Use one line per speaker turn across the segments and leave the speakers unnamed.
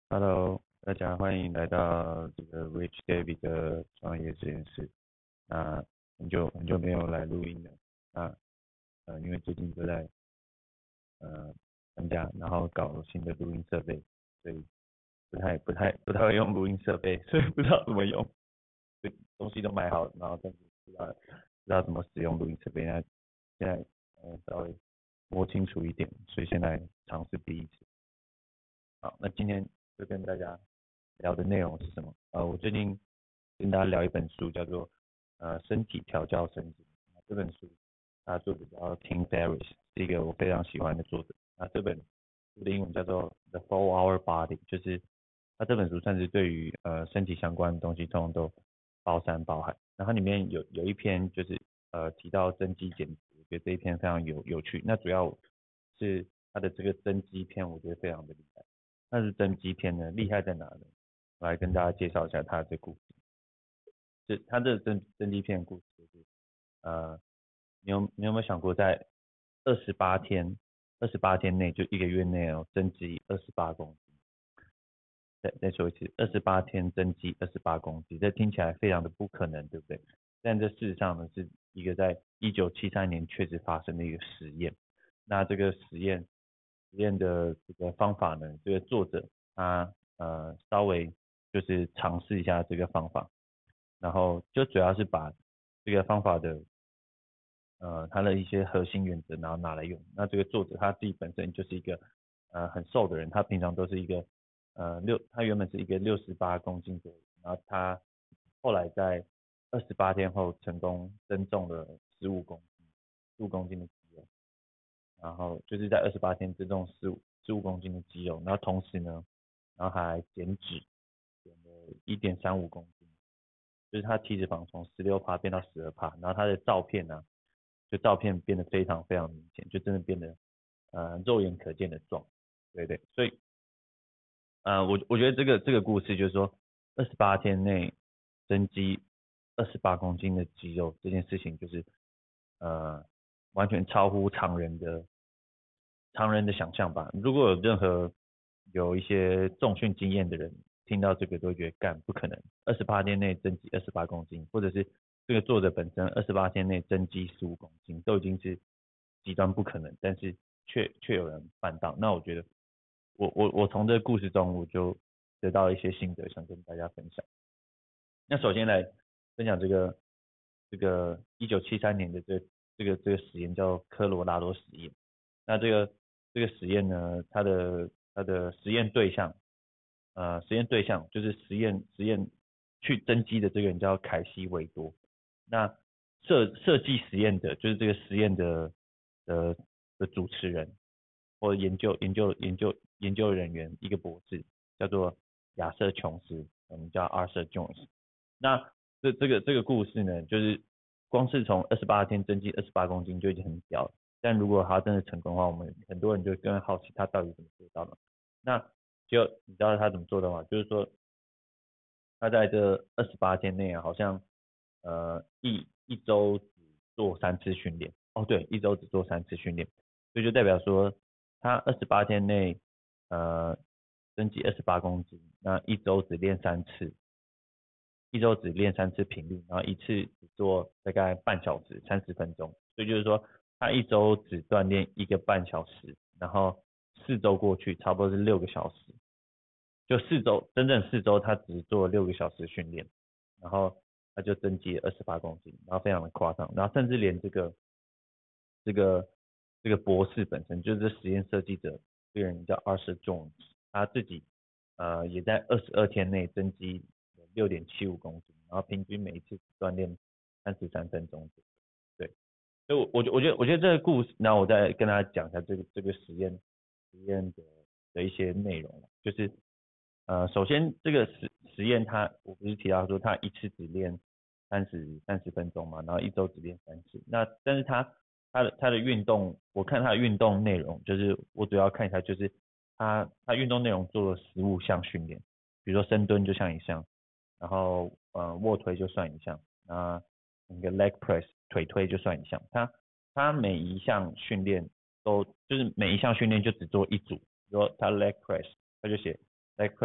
Hello，大家欢迎来到这个 Rich David 的创业实验室。那很久没有来录音了。那因为最近都在呃搬家，然后搞新的录音设备，所以不太会用录音设备，所以不知道怎么用。对，东西都买好，然后但是不知道怎么使用录音设备。那现在稍微摸清楚一点，所以现在尝试第一次。好，那今天就跟大家聊的内容是什么？我最近跟大家聊一本书，叫做身体调教神经。这本书它作者叫 Tim Ferriss，是一个我非常喜欢的作者。那这本书的英文叫做 The 4-Hour Body，就是它这本书算是对于身体相关的东西，通通都包山包海。然后它里面有一篇就是提到增肌减脂，我觉得这一篇非常有趣。那主要是它的这个增肌篇，我觉得非常的厉害。那是增肌篇呢，厉害在哪呢？我来跟大家介绍一下它的这故事。就它这增肌篇的故事，就是呃，你有没有想过，在二十八天内，就一个月内哦，增肌28公斤？再说一次，28天增肌28公斤，这听起来非常的不可能，对不对？但这事实上呢，是一个在1973年确实发生的一个实验。那这个实验的这个方法呢，这个作者他稍微就是尝试一下这个方法，然后就主要是把这个方法的它的一些核心原则，然后拿来用。那这个作者他自己本身就是一个很瘦的人，他平常都是一个他原本是一个68公斤左右，然后他后来在28天后成功增重了十五公斤的肌肉，然后就是在28天增重十五公斤的肌肉，然后同时呢，然后还减脂，减了1.35公斤，就是他体脂肪从16%变到12%，然后他的照片呢、就照片变得非常非常明显，就真的变得肉眼可见的壮，对对，所以我觉得这个故事就是说，28天内增肌28公斤的肌肉这件事情，就是呃完全超乎常人的想象吧。如果有一些重训经验的人听到这个都会觉得干不可能，28天内增肌28公斤，或者是这个作者本身28天内增肌15公斤，都已经是极端不可能，但是却有人办到。那我觉得我从这个故事中我就得到一些心得，想跟大家分享。那首先来分享这个1973年的这个实验叫科罗拉多实验。那这个实验呢，它的实验对象就是实验去增肌的这个人叫凯西维多。那设计实验的就是这个实验的的主持人或研究人员，一个博士叫做亚瑟琼斯，我们叫 Arthur Jones。那这个故事呢，就是光是从28天增肌28公斤就已经很屌了，但如果他真的成功的话，我们很多人就更好奇他到底怎么做到的。那就你知道他怎么做的吗？就是说他在这28天内啊，好像一周只做3次训练。哦，对，一周只做3次训练，所以就代表说他28天内呃增肌28公斤，那一周只练3次频率，然后一次只做大概半小时30分钟，所以就是说他一周只锻炼1个半小时，然后4周过去差不多是6个小时，就真正4周他只做6个小时训练，然后他就增肌了28公斤，然后非常的夸张，然后甚至连这个这个博士本身就是实验设计者，这个人叫 Arthur Jones，他自己也在22天内增肌6.75公斤，然后平均每一次锻炼33分钟。对，所以我觉得这个故事，然后我再跟大家讲一下这个实验的一些内容，就是首先这个实验我不是提到说他一次只练三十分钟嘛，然后一周只练3次，那但是他的运动，我看他的运动内容，就是我主要看一下就是他运动内容做了15项训练，比如说深蹲就像一项，然后卧推就算一项，那个 leg press 腿推就算一项，他每一项训练就是每一项训练就只做一组，比如说他 leg press，他就写 leg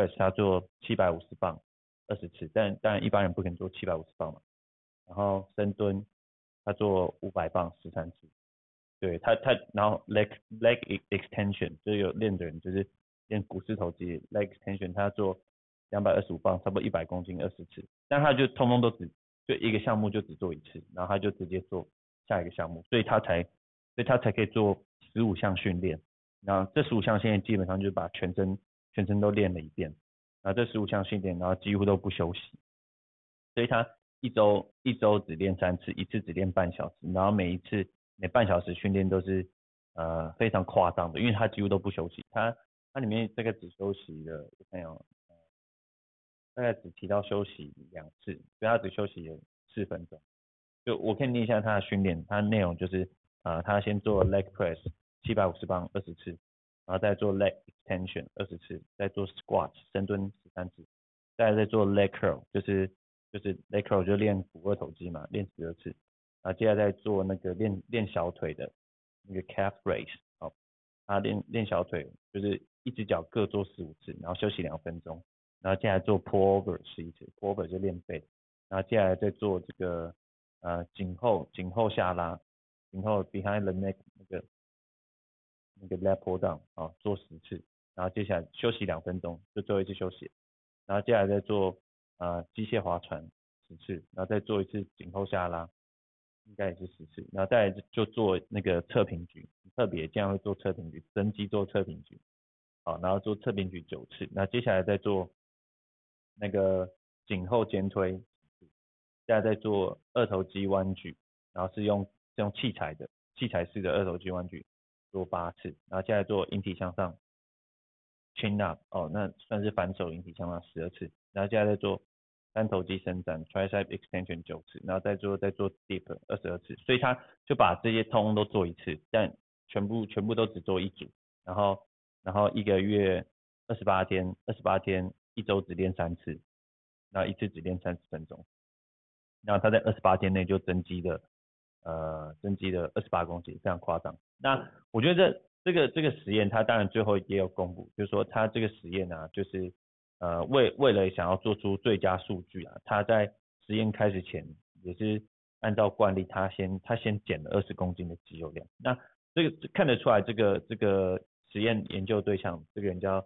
press 他做750磅20次，但当然一般人不可能做750磅嘛。然后深蹲他做500磅13次，对然后 leg extension 就是有练的人就是练股四头肌 leg extension 他做225磅差不多100公斤20次，但他就通通都就一个项目就只做一次，然后他就直接做下一个项目，所以他才可以做15项训练，然后这15项训练基本上就是把全身都练了一遍，然后这15项训练然后几乎都不休息，所以他一周只练3次，一次只练半小时，然后每半小时训练都是非常夸张的，因为他几乎都不休息，他里面这个只休息了我看有大概只提到休息2次，所以他只休息了4分钟。就我可以念一下他的训练，他内容就是他先做 leg press 750磅20次，然后再做 leg extension 20次，再做 squat 深蹲13次，再做 leg curl 就是 leg curl 就练股二头肌嘛，练12次，然后接下来再做那个练小腿的那个 calf raise， 好，他练小腿就是一只脚各做15次，然后休息2分钟，然后接下来做 pull over 11次，pull over 就练背，然后接下来再做这个颈后下拉，颈后 behind the neck 那个 lat pull down 做10次，然后接下来休息2分钟，就最后一次休息，然后接下来再做机械划船10次，然后再做一次颈后下拉，应该也是10次，然后再来就做那个侧平举，特别这样会做侧平举，增肌做侧平举，好，然后做侧平举9次，那接下来再做那个颈后肩推，接下来再做二头肌弯举，然后是用器材式的二头肌弯举做8次，然后接下来做引体向上 chin up， 那算是反手引体向上12次，然后接下来再做三头肌伸展 tricep extension 9次，然后再做 dip 22次，所以他就把这些通通都做一次，但全部都只做一组，然后一个月28天一周只练3次，然后一次只练30分钟，然后他在28天内就增肌了28公斤，非常夸张。那我觉得这个实验，他当然最后也有公布，就是说他这个实验啊，就是为了想要做出最佳数据啊，他在实验开始前也是按照惯例，他先减了20公斤的肌肉量。那这个看得出来，这个实验研究对象，这个人叫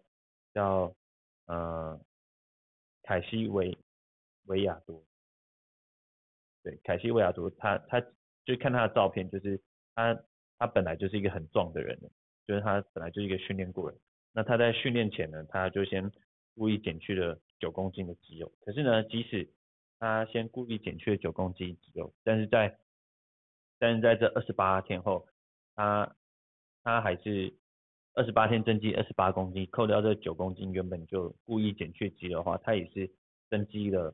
凯西维亚多，对，凯西维亚多，他就看他的照片，就是他本来就是一个很壮的人，就是他本来就是一个训练过人。那他在训练前呢，他就先故意减去了9公斤的肌肉。可是呢，即使他先故意减去了9公斤肌肉，但是在这28天后，他还是28天增肌28公斤，扣掉这9公斤原本就故意减去肌肉的话，他也是增肌了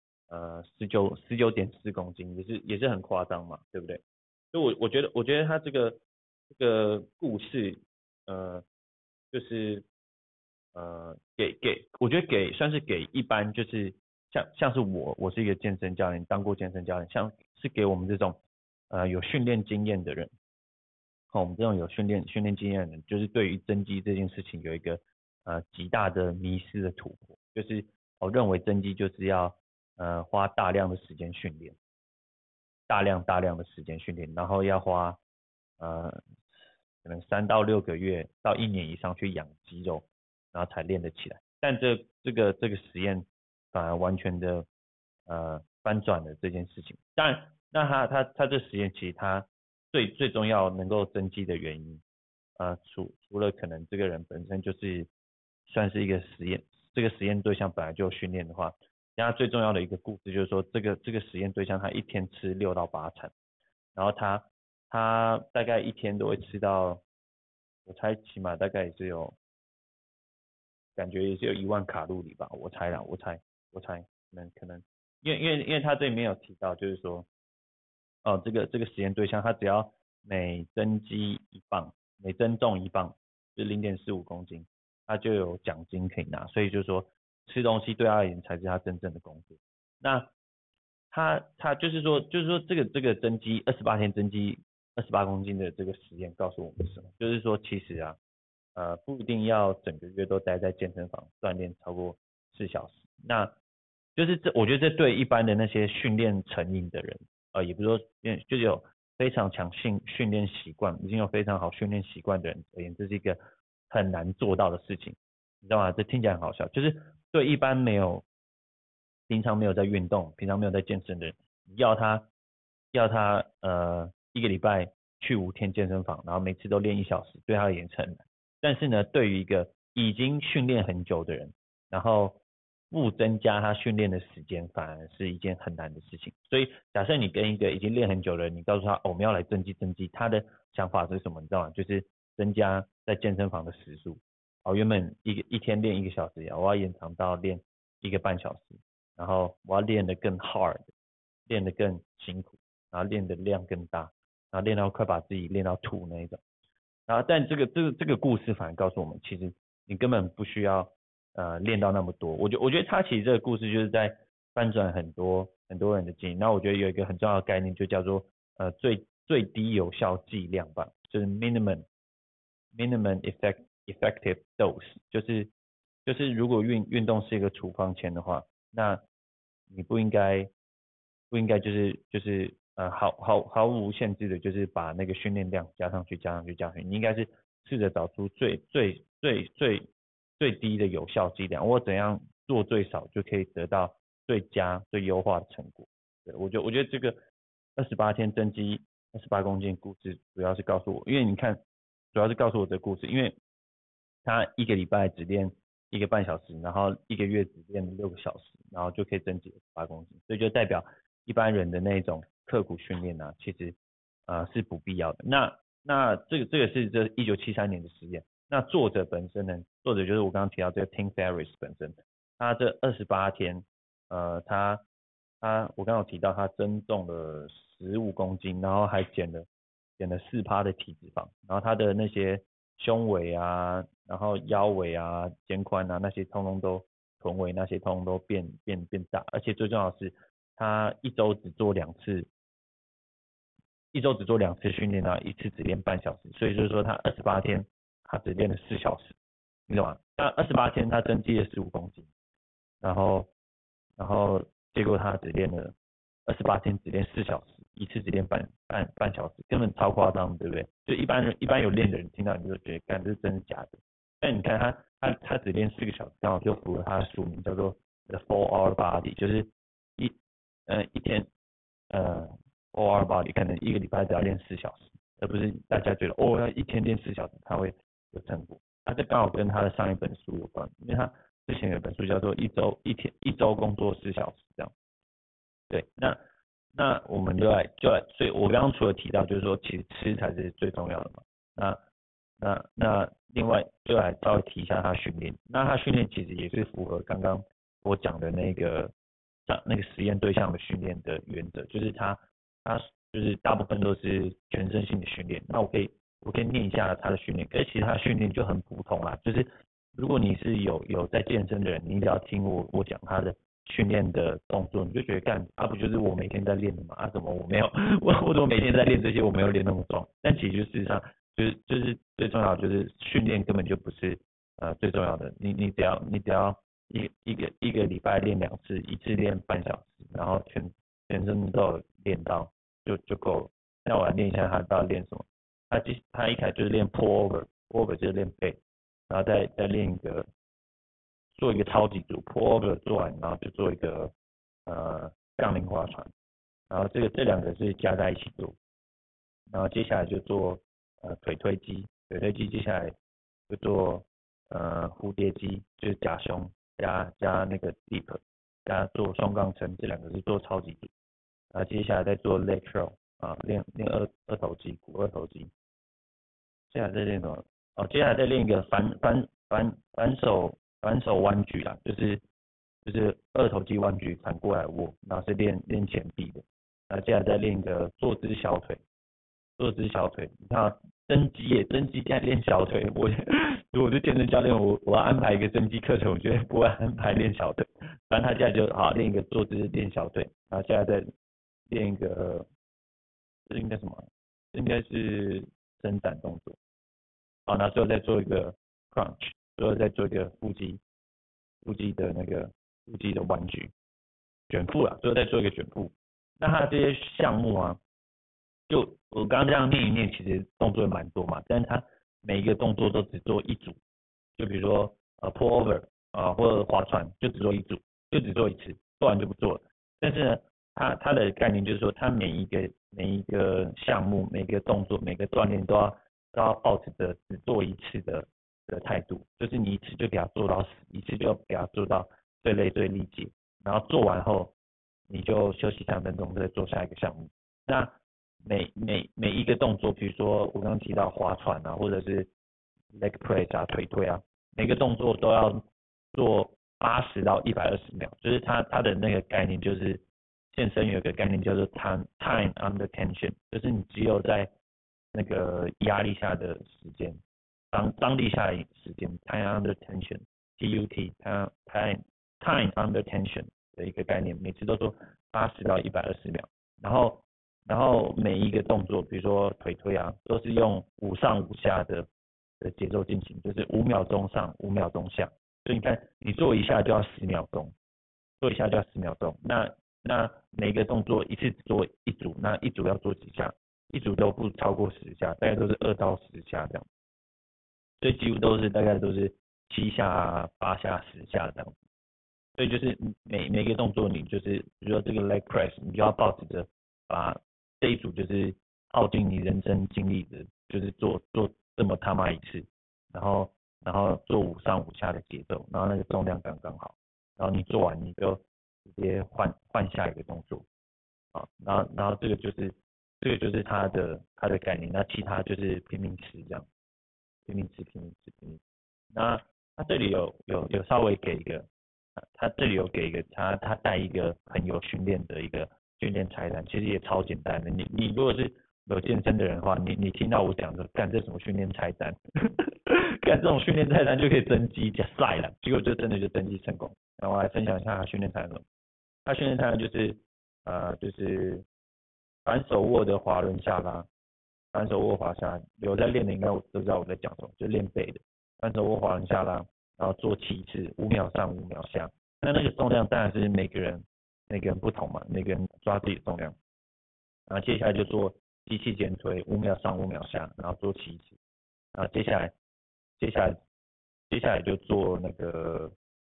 19.4公斤，也是很夸张嘛，对不对？所以我觉得他这个故事就是我觉得算是给一般就是像是我是一个健身教练，当过健身教练，像是给我们这种有训练经验的人，我们这种有训练经验的人，就是对于增肌这件事情有一个极大的迷失的突破，就是我认为增肌就是要花大量的时间训练，大量的时间训练，然后要花可能3到6个月到1年以上去养肌肉，然后才练得起来。但这个实验反而完全的翻转了这件事情。当然，那他这实验其实他最重要能够增肌的原因，除了可能这个人本身就是算是一个实验，这个实验对象本来就有训练的话，那最重要的一个故事就是说，这个实验对象他一天吃6到8餐，然后他大概一天都会吃到，我猜起码大概也是有，感觉也是有1万卡路里吧，我猜，可能，因为他这里面有提到，就是说，这个实验对象他只要每增肌1磅，每增重1磅，就是0.45公斤，他就有奖金可以拿，所以就是说吃东西对他而言才是他真正的工作。那他就是说这个增肌28天增肌28公斤的这个实验告诉我们什么？就是说其实啊， 不一定要整个月都待在健身房锻炼超过4小时。那就是我觉得这对一般的那些训练成瘾的人，也不是说就是有非常强训练习惯，已经有非常好训练习惯的人而言，这是一个很难做到的事情，你知道吗？这听起来很好笑，就是对一般平常没有在运动，平常没有在健身的人，要他一个礼拜去5天健身房，然后每次都练1小时，对他而言是很难。但是呢，对于一个已经训练很久的人，然后不增加他训练的时间，反而是一件很难的事情。所以假设你跟一个已经练很久的人，你告诉他，我们要来增肌，他的想法是什么？你知道吗？就是增加在健身房的时数。原本一天练1个小时，我要延长到练1个半小时，然后我要练得更 hard，练得更辛苦，然后练的量更大，然后练到快把自己练到吐那一种。然后但这个故事反而告诉我们，其实你根本不需要练到那么多。我觉得他其实这个故事就是在翻转很多很多人的经历。那我觉得有一个很重要的概念，就叫做最低有效剂量吧，就是 minimum effective dose，就是如果运动是一个处方签的话，那你不应该就是毫无限制的，就是把那个训练量加上去，你应该是试着找出最低的有效剂量，我怎样做最少就可以得到最优化的成果。对，我觉得这个28天增肌28公斤故事主要是告诉我，因为你看主要是告诉我这个故事，因为他一个礼拜只练1个半小时，然后一个月只练6个小时，然后就可以增肌28公斤，所以就代表一般人的那种刻苦训练啊，其实是不必要的。那这个是这1973年的实验。那作者本身呢，作者就是我刚刚提到这个 Tim Ferriss 本身，他这28天，他我刚刚有提到他增重了15公斤，然后还减了4%的体脂肪，然后他的那些胸围啊，然后腰围啊、肩宽啊那些通通都臀围那些通通都变大，而且最重要的是他一周只做两次训练啊，一次只练半小时，所以就是说他28天他只练了4小时，你懂吗？那28天他增肌了15公斤，然后结果他28天只练4小时，一次只练半小时，根本超夸张，对不对？就一般有练的人听到你就觉得，干这是真的假的？但你看他只练4个小时，刚好就符合他的书名叫做 The 4-Hour Body，就是一天4-Hour Body，可能一个礼拜只要练4小时，而不是大家觉得要一天练4小时他会有成果。这刚好跟他的上一本书有关，因为他之前有本书叫做一周工作4小时这样。对，那我们就来，所以我刚刚除了提到就是说，其实吃才是最重要的嘛。那另外就来稍微提一下他训练。那他训练其实也是符合刚刚我讲的那个实验对象的训练的原则，就是他就是大部分都是全身性的训练。那我可以念一下他的训练，可是其实他的训练就很普通啦，就是如果你是有在健身的人，你只要听我讲他的训练的动作，你就觉得不就是我每天在练的嘛？怎么我没有我怎么每天在练这些，我没有练那么重？但其实事实上就是最重要的就是训练根本就不是最重要的，你只要一个礼拜练2次，一次练半小时，然后全身都有练到就够了。那我来练一下他到底练什么。他一开始就是练 pull over 就是练背，然后再练做一个超级组 pull over 做完，然后就做一个杠铃划船，然后这两个是加在一起做，然后接下来就做腿推肌接下来就做蝴蝶肌，就是夹胸加那个 deep 加做双杠撑，这两个是做超级组，然后接下来再做 leg curl 练二头肌股二头肌，接下来再练什么？接下来再练一个反手弯举啦，就是二头肌弯举反过来握，然后是练前臂的。那接下来再练一个坐姿小腿，你看增肌现在练小腿，如果是健身教练，我要安排一个增肌课程，我觉得不会安排练小腿，反正他现在就练一个坐姿练小腿，然后接下来再练一个这应该什么？这应该是伸展动作。那最后再做一个 crunch，最后再做一个腹肌的腹肌的弯举卷腹啦，最后再做一个卷腹。那它这些项目啊，就我刚刚这样念一念，其实动作也蛮多嘛，但是它每一个动作都只做一组，就比如说pull over 或者划船，就只做一组，就只做一次，做完就不做了。但是呢，它的概念就是说，它每一个项目、每个动作、每个锻炼都要保持着只做一次的态度，就是你一次就给它做到死，一次就给它做到最累最力竭，然后做完后你就休息3分钟，再做下一个项目。那每一个动作，比如说我刚刚提到划船啊，或者是 leg press 啊、腿推啊，每个动作都要做80到120秒，就是它的那个概念就是健身有一个概念叫做 time under tension，就是你只有在那个压力下的时间，张力下的时间 time under tension，TUT time under tension 的一个概念，每次都做80到120秒，然后每一个动作，比如说腿推啊，都是用5上5下的节奏进行，就是5秒钟上5秒钟下，所以你看你做一下就要10秒钟，做一下就要10秒钟，那每个动作一次只做一组，那一组要做几下？一组都不超过10下，大概都是2到10下这样，所以几乎大概都是7下、8下、10下这样。所以就是每个动作，你就是比如说这个 leg press，你就要保持着把这一组就是耗尽你人生精力的，就是做这么他妈一次，然后做5上5下的节奏，然后那个重量刚刚好，然后你做完你就直接换下一个动作啊，然后这个就是它的概念，那其他就是拼命吃这样，拼命吃。那他这里有稍微给一个，他这里有给一个他带一个很有训练的一个训练菜单，其实也超简单的。你如果是有健身的人的话，你听到我讲的，干这什么训练菜单，干这种训练菜单就可以增肌加晒了，结果就真的就增肌成功。然后我来分享一下他训练菜单。他训练菜单就是反手握的滑轮下拉，反手握滑下，有在练的应该都知道我在讲什么，就练背的。反手握滑轮下拉，然后做7次，5秒上5秒下。那个重量当然是每个人不同嘛，每个人抓自己的重量。然后接下来就做机器减推，5秒上5秒下，然后做7次。然后接下来就做那个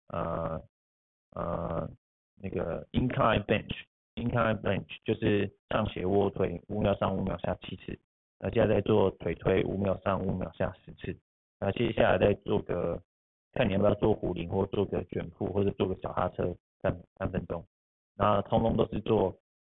那个 incline bench 就是上斜卧推，5秒上5秒下7次。那接下来再做腿推，5秒上5秒下10次。那接下来再做个，看你要不要做壶铃，或做个卷腹，或者做个小哈车3分钟。然后通通都是做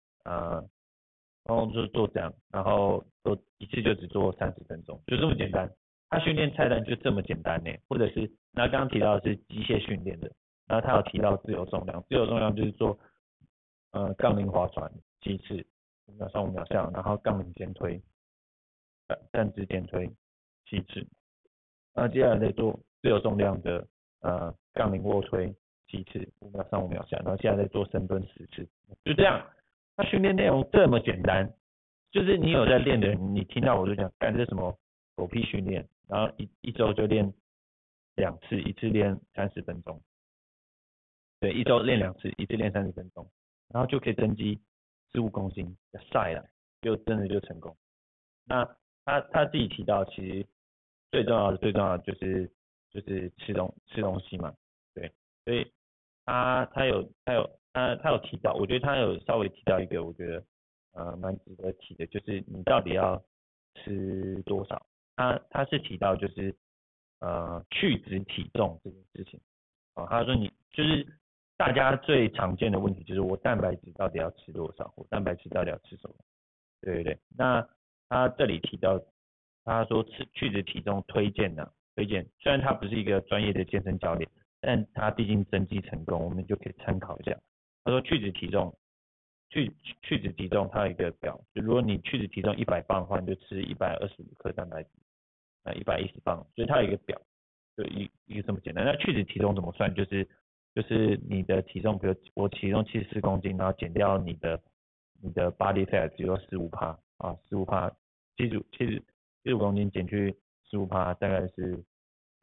这样，然后都一次就只做30分钟，就这么简单。他训练菜单就这么简单呢，或者是那刚刚提到的是机械训练的，然后他有提到自由重量，自由重量就是做杠铃划船7次，5秒上5秒下，然后杠铃肩推，站姿肩推7次，那接下来再做自由重量的杠铃卧推7次，5秒上5秒下，然后接下来再做深蹲10次，就这样。他训练内容这么简单，就是你有在练的人，你听到我就讲，干这什么狗屁训练，然后一周就练2次，一次练30分钟，对，一周练2次，一次练30分钟，然后就可以增肌15公斤，晒了，就真的就成功。那他自己提到，其实最重要的就是吃东西嘛，对，所以他有提到，我觉得他有稍微提到一个，我觉得蛮值得提的，就是你到底要吃多少？他是提到就是去脂体重这件事情，他说你就是大家最常见的问题就是我蛋白质到底要吃多少？我蛋白质到底要吃什么？对，那他这里提到，他说去脂体重推荐，虽然他不是一个专业的健身教练，但他毕竟增肌成功，我们就可以参考一下。他说去脂体重，去脂体重它有一个表，就如果你去脂体重100磅的话，你就吃125克蛋白质，那110磅，所以它有一个表，就一个这么简单。那去脂体重怎么算？就是你的体重，比如我体重74公斤，然后减掉你的 body fat 只有15%啊，15%，75公斤减去15%，大概是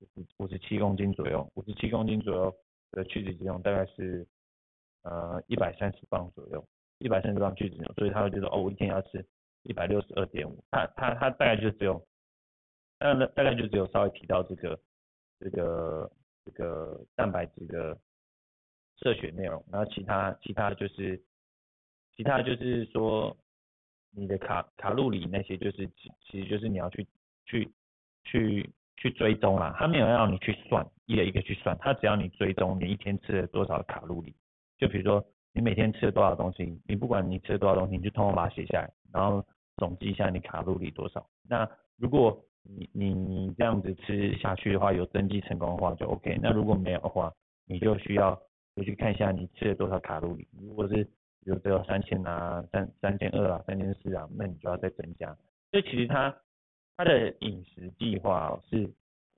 57公斤左右，57公斤左右的去脂体重大概是130磅左右，130磅去脂体重，所以他会觉得我一天要吃162.5，他大概就只有稍微提到这个蛋白质的摄取内容，然后其他就是说你的卡路里那些就是其实就是你要去追踪啦，他没有让你去算一个一个去算，他只要你追踪你一天吃了多少卡路里，就比如说你每天吃了多少东西，你不管你吃了多少东西，你就通通把它写下来，然后总计一下你卡路里多少。那如果你这样子吃下去的话，有增肌成功的话就 OK。那如果没有的话，你就需要去看一下你吃了多少卡路里。如果是比如只有3000啊、3200啊、3400啊，那你就要再增加。所以其实它的饮食计划是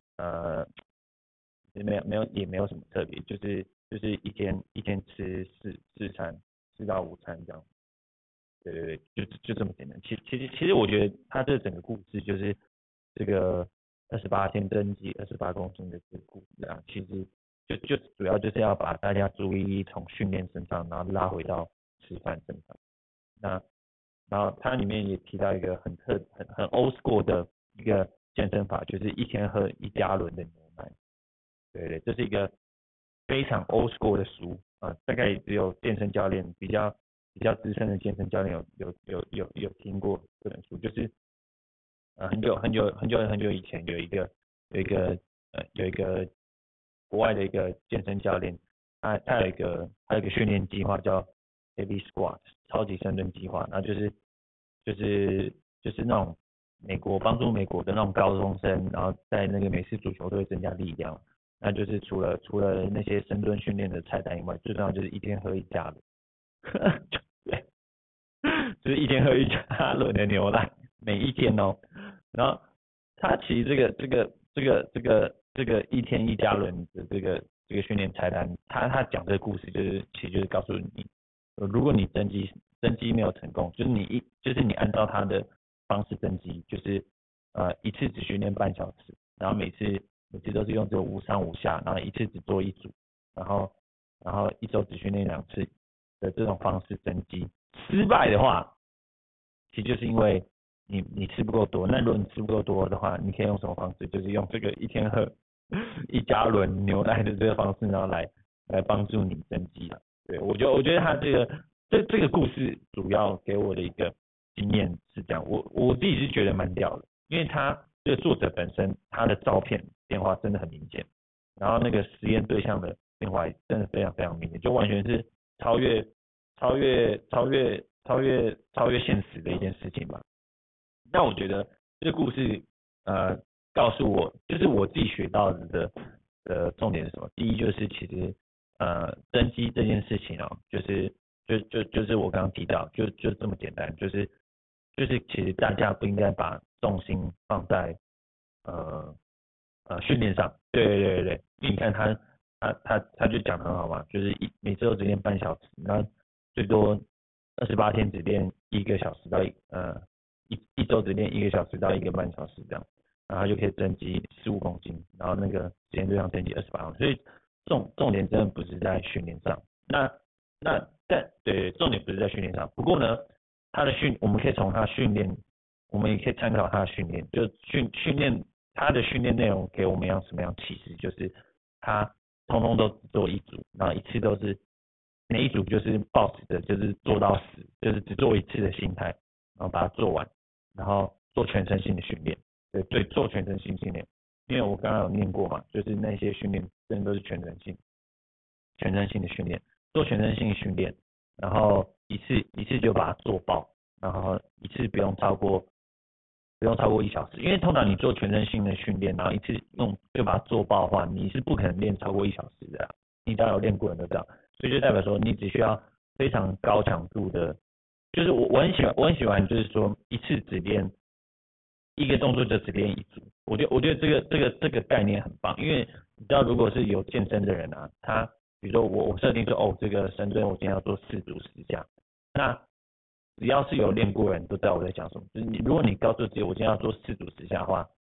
没有什么特别，就是一天吃4餐4到5餐这样。对对对，就这么简单。其实我觉得他这整个故事就是这个28天增肌28公斤的这个故事啊，其实就主要就是要把大家注意力从训练身上，然后拉回到吃饭身上。那然后它里面也提到一个很 old school 的一个健身法，就是一天喝1加仑的牛奶。对对，这是一个非常 old school 的书啊，大概只有健身教练比较资深的健身教练有听过这本书，就是很久以前有一个国外的一个健身教练，他有一个训练计划叫 Heavy Squat 超级深蹲计划，然后就是那种帮助美国的那种高中生，然后在那个美式足球队增加力量。那就是除了那些深蹲训练的菜单以外，最重要就是一天喝1加仑，对，就是一天喝1加仑的牛奶，每一天哦。然后他其实这个一天1加仑的这个训练菜单，他讲这个故事其实就是告诉你，如果你增肌没有成功，就是你按照他的方式增肌，就是一次只训练半小时，然后每次都是用这个5上5下，然后一次只做一组，然后一周只训练2次的这种方式增肌。失败的话，其实就是因为你吃不够多。那如果你吃不够多的话，你可以用什么方式？就是用这个一天喝1加仑牛奶的这个方式，然后来帮助你增肌啊。对，我觉得他这个故事主要给我的一个经验是这样，我自己是觉得蛮屌的，因为他这个作者本身他的照片变化真的很明显，然后那个实验对象的变化也真的非常非常明显，就完全是超越现实的一件事情吧。那我觉得这个故事告诉我，就是我自己学到的重点是什么？第一就是其实增肌这件事情哦，就是我刚刚提到，就这么简单，就是其实大家不应该把重心放在训练上。对对对对，因为你看他就讲得很好嘛，就是每周只练半小时，然后最多28天只练1个小时到一周只练1个小时到1个半小时这样，然后就可以增肌15公斤，然后那个实验对象增肌28公斤，所以重点真的不是在训练上。对，重点不是在训练上。不过呢，我们可以从他训练，我们也可以参考他的训练，就训练他的训练内容给我们什么样启示，就是他通通都只做一组，然后一次都是每一组就是抱持的就是做到死，就是只做一次的心态，然后把它做完，然后做全身性的训练。对，做全身性训练，因为我刚刚有念过嘛，就是那些训练真的都是全身性的训练，做全身性训练，然后一次就把它做爆，然后一次不用超过1小时，因为通常你做全身性的训练，然后一次就把它做爆的话，你是不可能练超过1小时的啊，你只要有练过人都知道，所以就代表说你只需要非常高强度的，就是我很喜欢，就是说一次只练一个动作就只练一组，我觉得这个概念很棒，因为你知道如果是有健身的人啊，他比如说我设定说这个深蹲我今天要做4组10下，那只要是有练过的人都知道我在讲什么，就是如果你告诉自己我今天要做4组10下的话，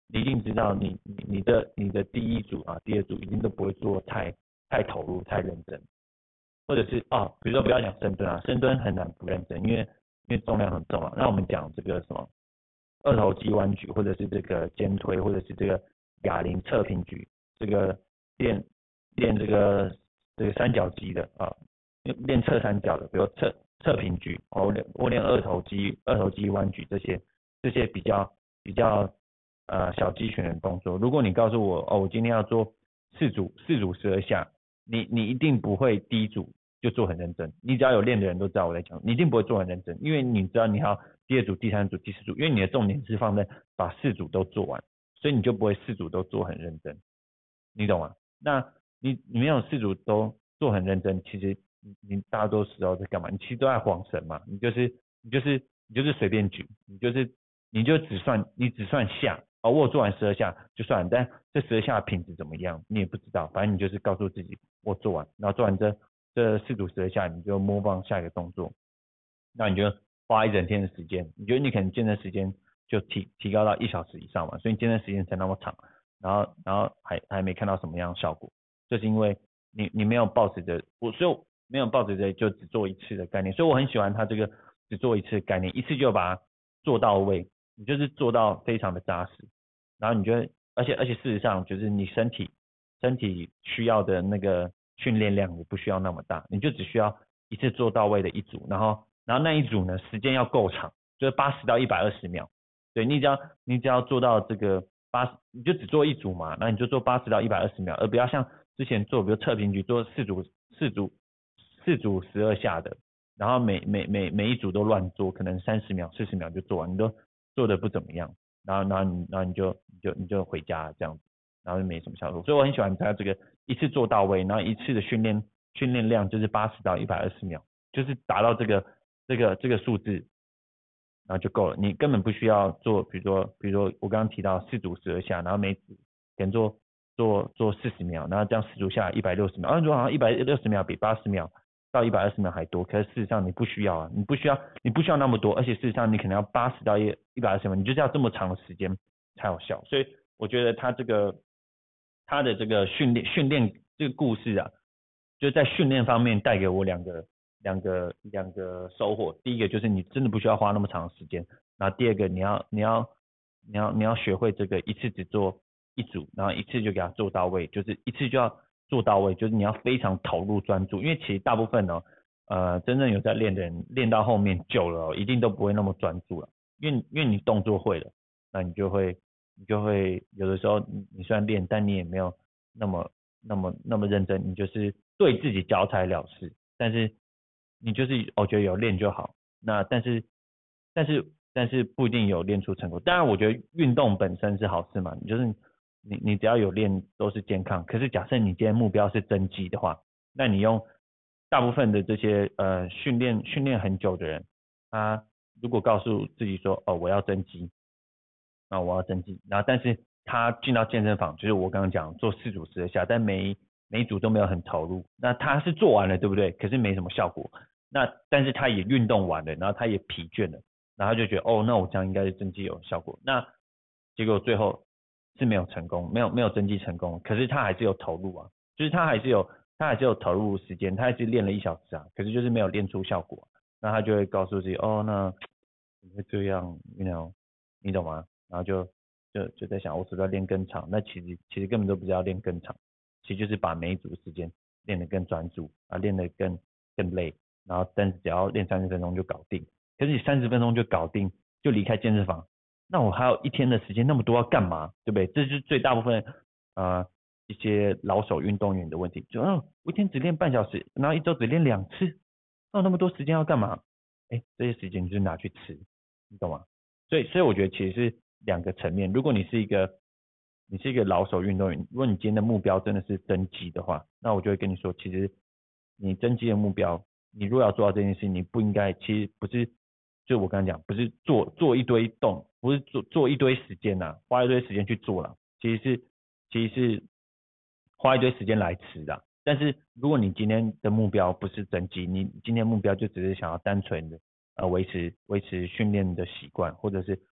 你一定知道你的第一组啊，第二组一定都不会做太投入、太认真，或者是比如说不要讲深蹲啊，深蹲很难不认真，因为重量很重啊。那我们讲这个什么二头肌弯举，或者是这个肩推，或者是这个哑铃侧平举，这个练这个三角肌的练侧三角的，比如侧平举，或练二头肌弯举这些比较小肌群的动作。如果你告诉我我今天要做四组12下，你一定不会第一组就做很认真。你只要有练的人都知道我在讲，你一定不会做很认真，因为你知道你要第二组、第三组、第四组，因为你的重点是放在把4组都做完，所以你就不会4组都做很认真，你懂吗？那你没有4组都做很认真，其实你大多时候在干嘛？你其实都在晃神嘛，你就是随便举，你只算下，我有做完12下就算了，但这12下的品质怎么样你也不知道，反正你就是告诉自己我做完，然后做完这4组12下，你就模仿下一个动作，那你就花一整天的时间，你觉得你可能健身时间就提高到1小时以上嘛，所以你健身时间才那么长，然后还没看到什么样的效果，就是因为你没有抱持着所以没有抱持着就只做一次的概念，所以我很喜欢他这个只做一次的概念，一次就把它做到位，你就是做到非常的扎实，然后你觉得而且事实上就是你身体需要的那个训练量也不需要那么大，你就只需要一次做到位的一组，然后那一组呢时间要够长，就是80到120秒，对你只要做到这个你就只做一组嘛，那你就做80到120秒，而不要像之前做比如侧平举做四组12下的，然后每一组都乱做，可能30秒40秒就做完，你都做的不怎么样，然后你就回家这样子，然后就没什么效果，所以我很喜欢他这个一次做到位，然后一次的训练量就是80到120秒，就是达到这个数字，然后就够了，你根本不需要做，比如说我刚刚提到4组12下，然后每组可能做40秒，然后这样4组下来160秒，如果好像160秒比80秒到120秒还多，可是事实上你不需要啊，你不需要那么多，而且事实上你可能要80到120秒，你就是要这么长的时间才有效，所以我觉得他的这个训练这个故事啊，就在训练方面带给我两个收获。第一个就是你真的不需要花那么长的时间，然后第二个你要学会这个一次只做一组，然后一次就给它做到位，就是一次就要做到位，就是你要非常投入专注，因为其实大部分真正有在练的人练到后面久了一定都不会那么专注了，因为你动作会了，那你就会有的时候你虽然练，但你也没有那么认真，你就是对自己脚踩了事，但是你就是我觉得有练就好，那但是不一定有练出成果。当然，我觉得运动本身是好事嘛，就是你只要有练都是健康。可是假设你今天目标是增肌的话，那你用大部分的这些训练很久的人，他如果告诉自己说我要增肌，我要增肌，然后但是他进到健身房，就是我刚刚讲做4组12下，但每一组都没有很投入，那他是做完了，对不对？可是没什么效果。那但是他也运动完了，然后他也疲倦了，然后他就觉得那我这样应该是增肌有效果。那结果最后是没有成功，没有增肌成功，可是他还是有投入啊，就是他还是有投入时间，他还是练了1小时啊，可是就是没有练出效果。那他就会告诉自己，那怎么会这样你懂吗？然后就在想，我是不是要练更长？那其实根本都不是要练更长，其实就是把每一组的时间练得更专注啊，练得更累，然后但是只要练30分钟就搞定。可是你30分钟就搞定，就离开健身房，那我还有一天的时间，那么多要干嘛？对不对？这就是最大部分一些老手运动员的问题，就我一天只练半小时，然后一周只练2次，那么多时间要干嘛？这些时间就是拿去吃，你懂吗？所以我觉得其实是两个层面。如果你是一个老手运动员，如果你今天的目标真的是增肌的话，那我就会跟你说，其实你增肌的目标，你如果要做到这件事，你不应该，其实不是，就我刚才讲，不是做一堆动，不是做一堆时间花一堆时间去做啦，其实是花一堆时间来吃的。但是如果你今天的目标不是增肌，你今天目标就只是想要单纯的维持训练的习惯，或者是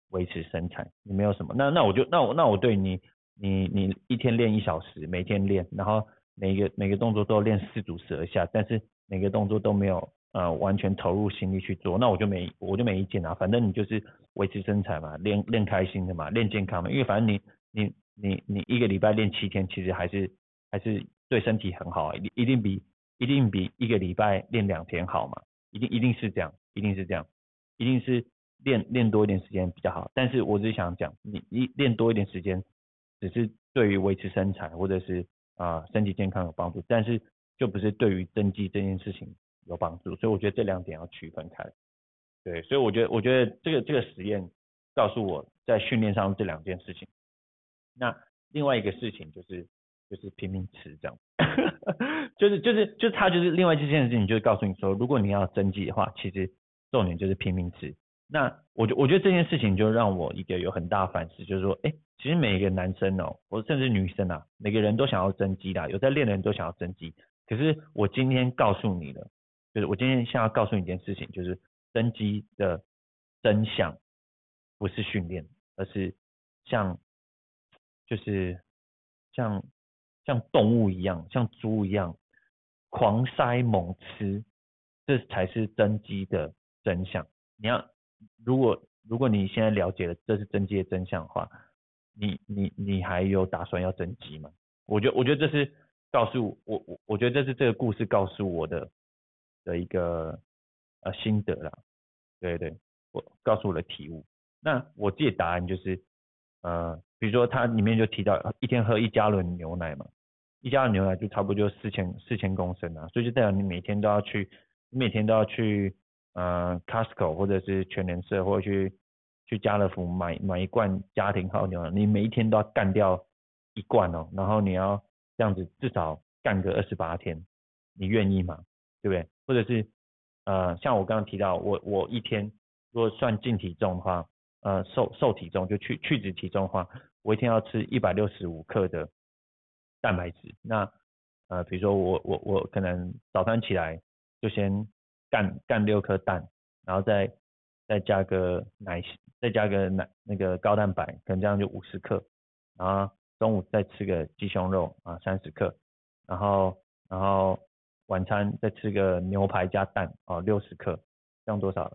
维持身材，你没有什么。那我对你一天练1小时，每天练，然后每个动作都练4组12下，但是每个动作都没有完全投入心力去做，那我就没意见啊，反正你就是维持身材嘛，练开心的嘛，练健康嘛，因为反正你一个礼拜练7天，其实还是对身体很好啊，一定比一个礼拜练2天好嘛，一定是这样，一定是练多一点时间比较好。但是我只是想讲，你练多一点时间，只是对于维持身材或者是身体健康有帮助，但是就不是对于增肌这件事情有帮助。所以我觉得这2点要区分开。对，所以我觉得这个实验告诉我在训练上这2件事情。那另外一个事情就是拼命吃这样，就是他就是另外这件事情，就是告诉你说，如果你要增肌的话，其实重点就是拼命吃。那我觉得这件事情就让我一个有很大的反思，就是说，哎，其实每一个男生哦，或甚至女生啊，每个人都想要增肌的，有在练的人都想要增肌。可是我今天告诉你了，就是我今天想要告诉你一件事情，就是增肌的真相不是训练，而是像就是像像动物一样，像猪一样狂塞猛吃，这才是增肌的真相。你要如果你现在了解了这是增肌的真相的话，你还有打算要增肌吗？我觉得这是告诉我觉得这是这个故事告诉我的一个心得啦。对对，我告诉我的体悟。那我自己的答案就是，比如说它里面就提到一天喝1加仑牛奶嘛，1加仑牛奶就差不多就四千公升啊，所以就代表你每天都要去Costco 或者是全联社或者去家乐福买一罐家庭号牛奶，你每一天都要干掉一罐哦，然后你要这样子至少干个28天，你愿意吗？对不对？或者是像我刚刚提到，我一天如果算净体重的话，瘦体重就去脂体重的话，我一天要吃165克的蛋白质。那比如说我可能早餐起来就先干6颗蛋，然后再加个那个高蛋白，可能这样就50克，然后中午再吃个鸡胸肉30克，然后晚餐再吃个牛排加蛋60克，这样多少了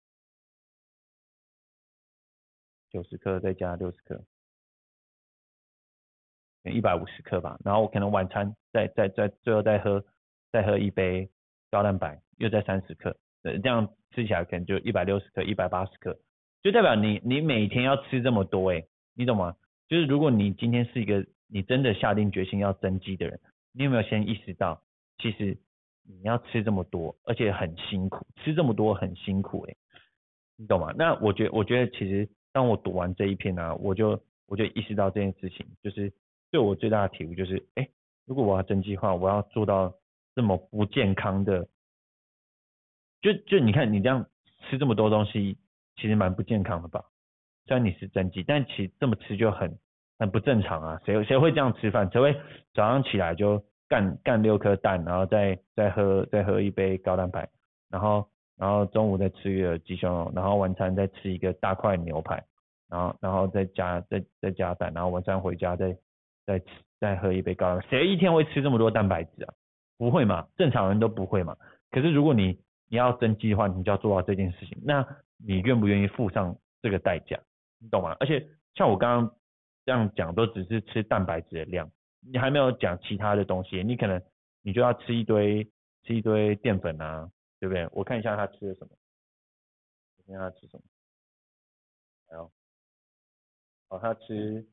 ？90克再加60克，150克吧。然后我可能晚餐再最后再喝一杯高蛋白，又再30克，这样吃起来可能就160克、180克，就代表你每天要吃这么多你懂吗？就是如果你今天是一个你真的下定决心要增肌的人，你有没有先意识到，其实你要吃这么多，而且很辛苦，吃这么多很辛苦你懂吗？那我觉得其实当我读完这一篇呢，我就意识到这件事情，就是对我最大的体悟就是，如果我要增肌的话，我要做到这么不健康的，就你看你这样吃这么多东西，其实蛮不健康的吧？虽然你是增肌，但其实这么吃就很不正常啊！谁会这样吃饭？谁会早上起来就干6颗蛋，然后再喝一杯高蛋白，然后中午再吃一个鸡胸肉，然后晚餐再吃一个大块牛排，然后再加蛋，然后晚上回家再吃再喝一杯高蛋白。谁一天会吃这么多蛋白质啊？不会嘛？正常人都不会嘛。可是如果你要增肌的话，你就要做到这件事情。那你愿不愿意付上这个代价？你懂吗？而且像我刚刚这样讲，都只是吃蛋白质的量，你还没有讲其他的东西。你可能你就要吃一堆淀粉啊，对不对？我看一下他吃了什么，我看他吃什么。还有他吃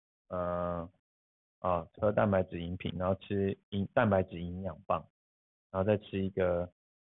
喝蛋白质饮品，然后吃蛋白质营养棒，然后再吃一个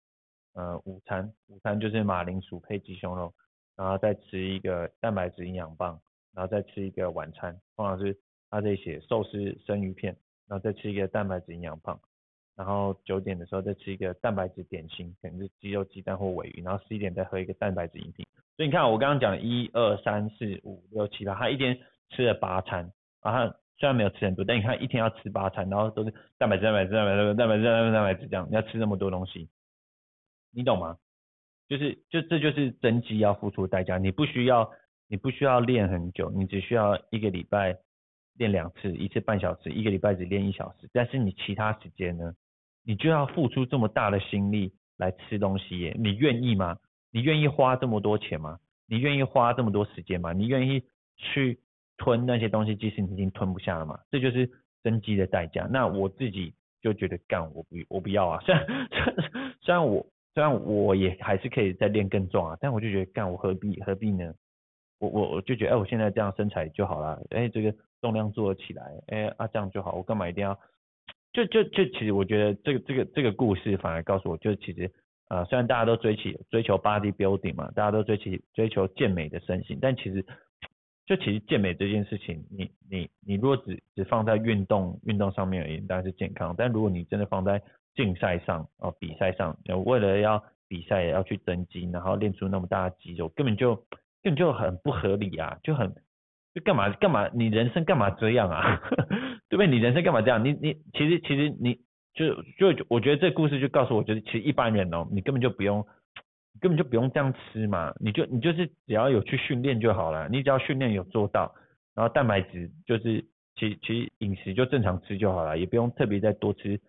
午餐就是马铃薯配鸡胸肉，然后再吃一个蛋白质营养棒，然后再吃一个晚餐，通常是他这里写寿司生鱼片，然后再吃一个蛋白质营养棒，然后9点的时候再吃一个蛋白质点心，可能是鸡肉鸡蛋或鲔鱼，然后11点再喝一个蛋白质饮品。所以你看我刚刚讲1、2、3、4、5、6、7、8，他一天吃了8餐，然后虽然没有吃很多，但你看一天要吃8餐，然后都是蛋白质、蛋白质、蛋白质、蛋白质、蛋白质这样，你要吃那么多东西，你懂吗？这就是增肌要付出的代价，你不需要你不需要练很久，你只需要一个礼拜练2次，一次半小时，一个礼拜只练1小时，但是你其他时间呢，你就要付出这么大的心力来吃东西耶，你愿意吗？你愿意花这么多钱吗？你愿意花这么多时间吗？你愿意去吞那些东西，即使你已经吞不下了嘛？这就是增肌的代价。那我自己就觉得干，我不要啊！虽然我也还是可以再练更重啊，但我就觉得干，我何必呢？我就觉得，哎，我现在这样身材就好了，哎，这个重量做得起来，哎啊这样就好，我干嘛一定要？就其实我觉得这个故事反而告诉我，就是其实虽然大家都追求 body building 嘛，大家都追求健美的身形，但其实健美这件事情，你如果只放在运动上面而言，当然是健康，但如果你真的放在竞赛上比赛上，为了要比赛也要去增肌，然后练出那么大的肌肉，根本就很不合理啊，就干嘛，你人生干嘛这样啊？对不对？你人生干嘛这样？其实你就我觉得这故事就告诉我，就是其实一般人你根本就不用这样吃嘛，你就是只要有去训练就好了，你只要训练有做到，然后蛋白质就是其实饮食就正常吃就好了，也不用特别再多吃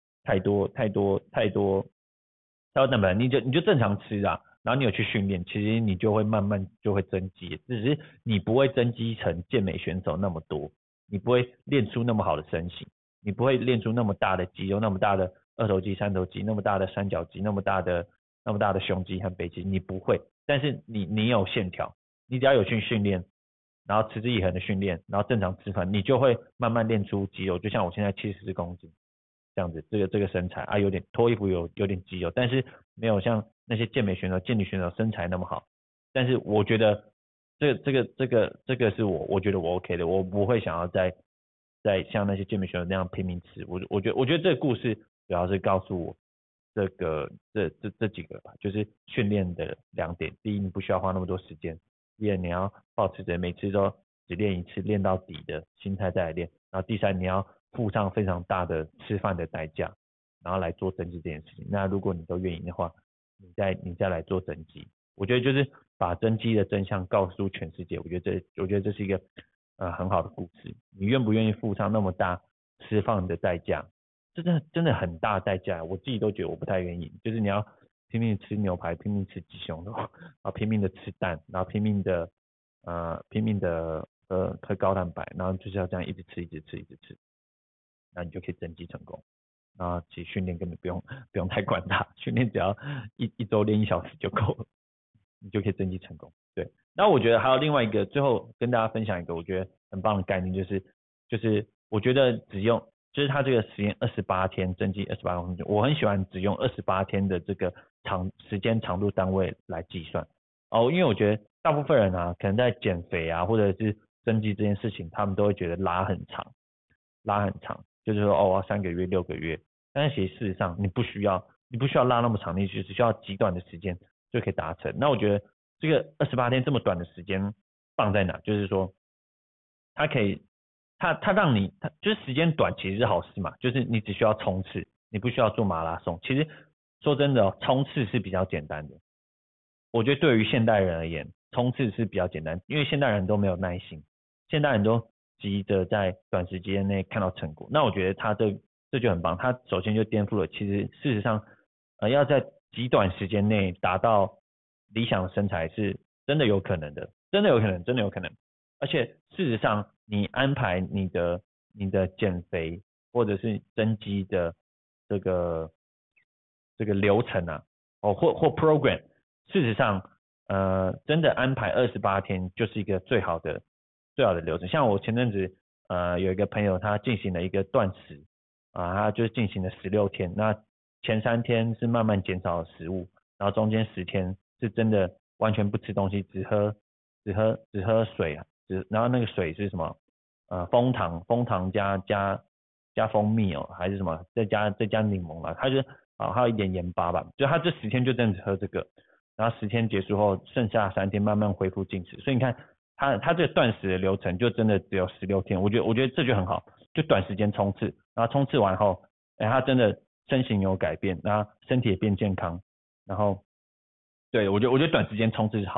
太多蛋白，你就正常吃啊，然后你有去训练，其实你就会慢慢就会增肌，只是你不会增肌成健美选手那么多，你不会练出那么好的身形，你不会练出那么大的肌肉，那么大的二头肌、三头肌，那么大的三角肌，那么大的胸肌和背肌，你不会，但是你有线条，你只要有去训练，然后持之以恒的训练，然后正常吃饭，你就会慢慢练出肌肉，就像我现在74公斤。这样子，这个身材啊，有点脱衣服有点肌肉，但是没有像那些健美选手、健力选手身材那么好。但是我觉得这个是我觉得我 OK 的，我不会想要再像那些健美选手那样拼命吃。我觉得这个故事主要是告诉我这几个吧，就是训练的2点。第一，你不需要花那么多时间；第二，你要保持着每次都只练一次，练到底的心态再来练。然后第三，你要付上非常大的吃饭的代价，然后来做增肌这件事情。那如果你都愿意的话，你再来做增肌，我觉得就是把增肌的真相告诉全世界。我觉得这是一个很好的故事。你愿不愿意付上那么大吃饭的代价？这真的很大代价，我自己都觉得我不太愿意。就是你要拼命吃牛排，拼命吃鸡胸肉，然后拼命的吃蛋，然后拼命的喝高蛋白，然后就是要这样一直吃，那你就可以增肌成功。然后其实训练根本不用太管它，训练只要一周练1小时就够了，你就可以增肌成功。对，那我觉得还有另外一个，最后跟大家分享一个我觉得很棒的概念，就是我觉得就是他这个实验28天增肌28公斤，我很喜欢只用28天的这个时间长度单位来计算因为我觉得大部分人啊，可能在减肥啊或者是增肌这件事情，他们都会觉得拉很长，就是说我要3个月、6个月，但是其实事实上你不需要拉那么长，你只需要极短的时间就可以达成。那我觉得这个28天这么短的时间放在哪？就是说它可以，它让你就是时间短其实是好事嘛，就是你只需要冲刺，你不需要做马拉松。其实说真的冲刺是比较简单的。我觉得对于现代人而言，冲刺是比较简单，因为现代人都没有耐心，现代人都急着在短时间内看到成果。那我觉得这就很棒，他首先就颠覆了，其实事实上，要在极短时间内达到理想的身材是真的有可能的，真的有可能，真的有可能。而且事实上，你安排你的减肥或者是增肌的这个流程啊，或 program，事实上，真的安排28天就是一个最好的流程。像我前阵子有一个朋友，他进行了一个断食他就是进行了16天。那前3天是慢慢减少食物，然后中间10天是真的完全不吃东西，只喝水啊，然后那个水是什么？枫糖加蜂蜜还是什么？再加柠檬啊，还有一点盐巴吧。就他这10天就真的喝这个，然后10天结束后，剩下3天慢慢恢复进食。所以你看他这个断食的流程就真的只有16天，我觉得这就很好，就短时间冲刺，然后冲刺完后，他真的身形有改变，然后身体也变健康，然后对我觉得短时间冲刺是好的。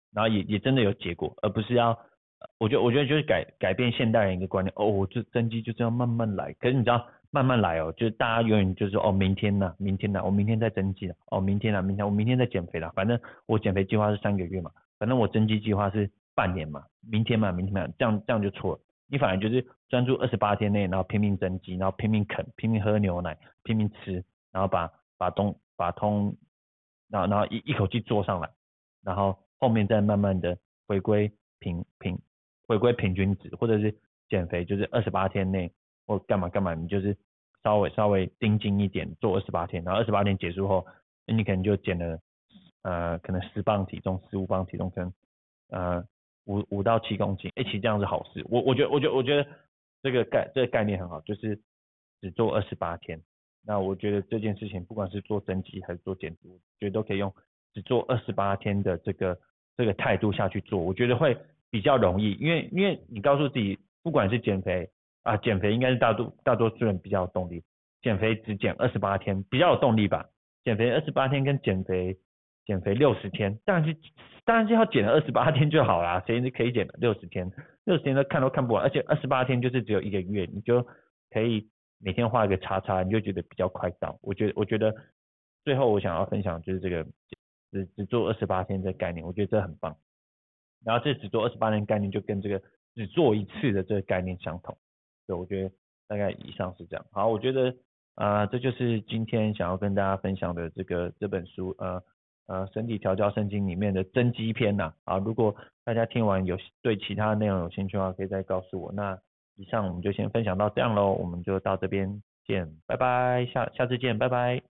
然后也真的有结果，而不是要，我觉得就是改变现代人一个观念，哦，我这增肌就是要慢慢来，可是你知道慢慢来哦，就是大家永远就是说哦明天呢，明天呢，我明天再增肌了，哦明天啊明天我明天再减肥了，反正我减肥计划是3个月嘛，反正我增肌计划是半年嘛，明天嘛明天嘛，这样就错了，你反而就是专注28天内，然后拼命增肌，然后拼命啃，拼命喝牛奶，拼命吃，然后把通，然后一口气做上来。然后后面再慢慢的回归回归平均值，或者是减肥，就是28天内或干嘛干嘛，你就是稍微盯紧一点，做28天，然后28天结束后，你可能就减了可能10磅体重、15磅体重，可能5到7公斤，其实这样是好事。我觉得这个概念很好，就是只做28天。那我觉得这件事情，不管是做增肌还是做减脂，我觉得都可以用只做28天的这个态度下去做，我觉得会比较容易，因为你告诉自己，不管是减肥减肥应该是大多数人比较有动力，减肥只减28天比较有动力吧，减肥28天跟减肥60天，当然是要减了28天就好啦，谁可以减60天？60天都看都看不完，而且28天就是只有1个月，你就可以每天画一个叉叉，你就觉得比较快到。我觉得最后我想要分享就是这个只做28天这个概念，我觉得这很棒。然后这只做28天概念就跟这个只做一次的这个概念相同。对，我觉得大概以上是这样。好，我觉得这就是今天想要跟大家分享的这本书身体调教圣经里面的增肌篇呐。如果大家听完对其他内容有兴趣的话，可以再告诉我。那以上我们就先分享到这样喽，我们就到这边见，拜拜，下次见，拜拜。